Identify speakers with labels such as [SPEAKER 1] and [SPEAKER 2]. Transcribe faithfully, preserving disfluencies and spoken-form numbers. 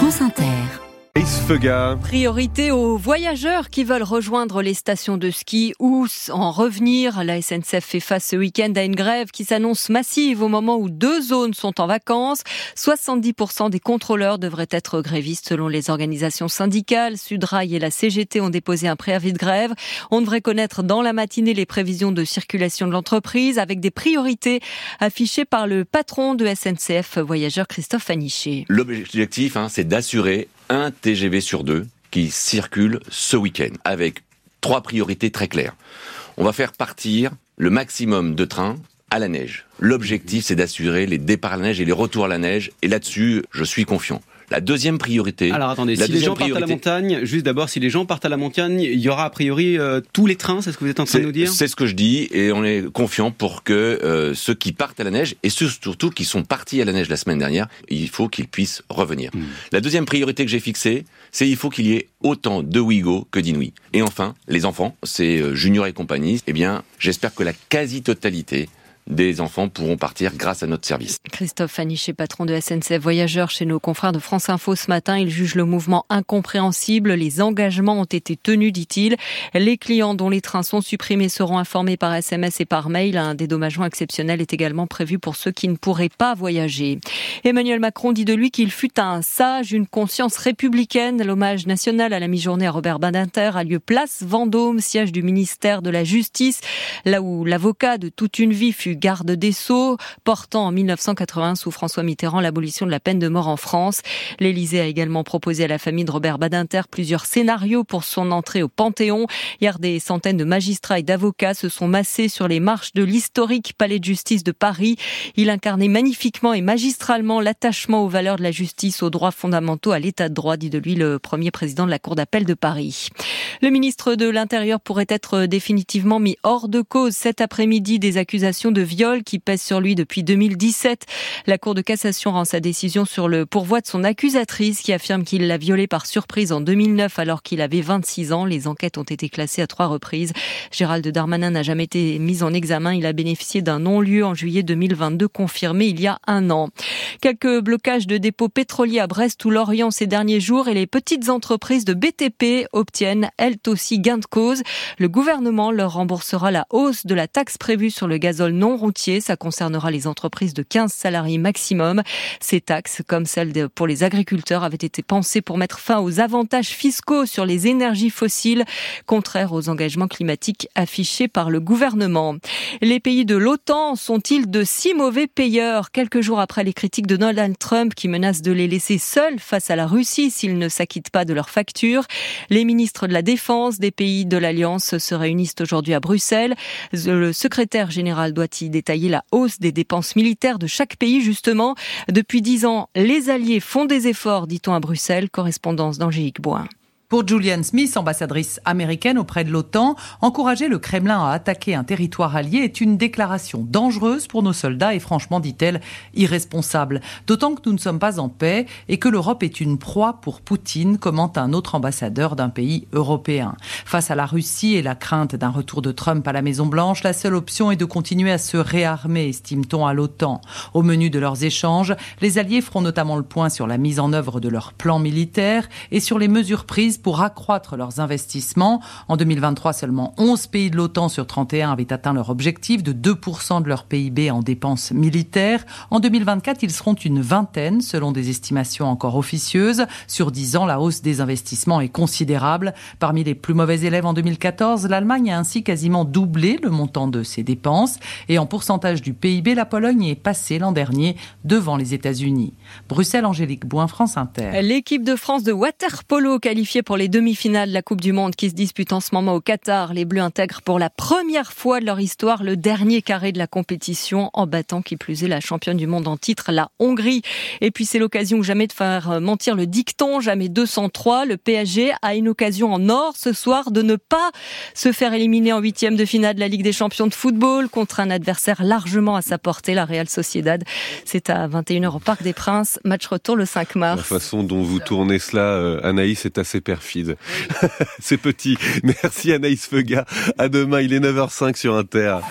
[SPEAKER 1] France Inter.
[SPEAKER 2] Anaïs Feuga.
[SPEAKER 3] Priorité aux voyageurs qui veulent rejoindre les stations de ski ou en revenir. La S N C F fait face ce week-end à une grève qui s'annonce massive au moment où deux zones sont en vacances. soixante-dix pour cent des contrôleurs devraient être grévistes selon les organisations syndicales. Sudrail et la C G T ont déposé un préavis de grève. On devrait connaître dans la matinée les prévisions de circulation de l'entreprise avec des priorités affichées par le patron de S N C F Voyageurs, Christophe Aniché.
[SPEAKER 4] L'objectif, hein, c'est d'assurer un T G V sur deux qui circule ce week-end, avec trois priorités très claires. On va faire partir le maximum de trains à la neige. L'objectif, c'est d'assurer les départs à la neige et les retours à la neige, et là-dessus, je suis confiant. La deuxième priorité...
[SPEAKER 2] Alors attendez, si les gens priorité... partent à la montagne, juste d'abord, si les gens partent à la montagne, il y aura a priori euh, tous les trains, c'est ce que vous êtes en train
[SPEAKER 4] c'est,
[SPEAKER 2] de nous dire ?
[SPEAKER 4] C'est ce que je dis, et on est confiant pour que euh, ceux qui partent à la neige, et ceux surtout qui sont partis à la neige la semaine dernière, il faut qu'ils puissent revenir. Mmh. La deuxième priorité que j'ai fixée, c'est il faut qu'il y ait autant de Ouigo que d'Inouï. Et enfin, les enfants, c'est euh, Junior et compagnie, eh bien, j'espère que la quasi-totalité des enfants pourront partir grâce à notre service.
[SPEAKER 3] Christophe Aniché, patron de S N C F Voyageurs, chez nos confrères de France Info ce matin. Il juge le mouvement incompréhensible. Les engagements ont été tenus, dit-il. Les clients dont les trains sont supprimés seront informés par S M S et par mail. Un dédommagement exceptionnel est également prévu pour ceux qui ne pourraient pas voyager. Emmanuel Macron dit de lui qu'il fut un sage, une conscience républicaine. L'hommage national à la mi-journée à Robert Badinter a lieu place Vendôme, siège du ministère de la Justice, là où l'avocat de toute une vie fut garde des Sceaux, portant en mille neuf cent quatre-vingt sous François Mitterrand l'abolition de la peine de mort en France. L'Élysée a également proposé à la famille de Robert Badinter plusieurs scénarios pour son entrée au Panthéon. Hier, des centaines de magistrats et d'avocats se sont massés sur les marches de l'historique palais de justice de Paris. Il incarnait magnifiquement et magistralement l'attachement aux valeurs de la justice, aux droits fondamentaux, à l'état de droit, dit de lui le premier président de la Cour d'appel de Paris. Le ministre de l'Intérieur pourrait être définitivement mis hors de cause cet après-midi des accusations de viol qui pèsent sur lui depuis deux mille dix-sept. La Cour de cassation rend sa décision sur le pourvoi de son accusatrice qui affirme qu'il l'a violée par surprise en deux mille neuf alors qu'il avait vingt-six ans. Les enquêtes ont été classées à trois reprises. Gérald Darmanin n'a jamais été mis en examen. Il a bénéficié d'un non-lieu en juillet deux mille vingt-deux, confirmé il y a un an. Quelques blocages de dépôts pétroliers à Brest ou Lorient ces derniers jours et les petites entreprises de B T P obtiennent elles aussi gain de cause. Le gouvernement leur remboursera la hausse de la taxe prévue sur le gazole non routier. Ça concernera les entreprises de quinze salariés maximum. Ces taxes, comme celles de, pour les agriculteurs, avaient été pensées pour mettre fin aux avantages fiscaux sur les énergies fossiles, contraires aux engagements climatiques affichés par le gouvernement. Les pays de l'OTAN sont-ils de si mauvais payeurs ? Quelques jours après les critiques de Donald Trump qui menacent de les laisser seuls face à la Russie s'ils ne s'acquittent pas de leurs factures, les ministres de la Défense des pays de l'Alliance se réunissent aujourd'hui à Bruxelles. Le secrétaire général doit y détailler la hausse des dépenses militaires de chaque pays, justement. Depuis dix ans, les alliés font des efforts, dit-on à Bruxelles. Correspondance d'Angélique Boin.
[SPEAKER 5] Pour Julianne Smith, ambassadrice américaine auprès de l'OTAN, encourager le Kremlin à attaquer un territoire allié est une déclaration dangereuse pour nos soldats et franchement, dit-elle, irresponsable. D'autant que nous ne sommes pas en paix et que l'Europe est une proie pour Poutine, commente un autre ambassadeur d'un pays européen. Face à la Russie et la crainte d'un retour de Trump à la Maison-Blanche, la seule option est de continuer à se réarmer, estime-t-on à l'OTAN. Au menu de leurs échanges, les alliés feront notamment le point sur la mise en œuvre de leur plan militaire et sur les mesures prises pour accroître leurs investissements. En deux mille vingt-trois, seulement onze pays de l'OTAN sur trente et un avaient atteint leur objectif de deux pour cent de leur P I B en dépenses militaires. En deux mille vingt-quatre, ils seront une vingtaine, selon des estimations encore officieuses. Sur dix ans, la hausse des investissements est considérable. Parmi les plus mauvais élèves en deux mille quatorze, l'Allemagne a ainsi quasiment doublé le montant de ses dépenses. Et en pourcentage du P I B, la Pologne est passée l'an dernier devant les États-Unis. Bruxelles, Angélique Boin, France Inter.
[SPEAKER 3] L'équipe de France de water-polo qualifiée pour les demi-finales de la Coupe du Monde qui se dispute en ce moment au Qatar. Les Bleus intègrent pour la première fois de leur histoire le dernier carré de la compétition en battant qui plus est la championne du monde en titre, la Hongrie. Et puis c'est l'occasion jamais de faire mentir le dicton, jamais deux cent trois. Le P S G a une occasion en or ce soir de ne pas se faire éliminer en huitième de finale de la Ligue des champions de football contre un adversaire largement à sa portée, la Real Sociedad. C'est à vingt et une heures au Parc des Princes. Match retour le cinq mars.
[SPEAKER 2] La façon dont vous tournez cela, Anaïs, est assez perfide. C'est petit. Merci Anaïs Feuga. À demain, il est neuf heures cinq sur Inter.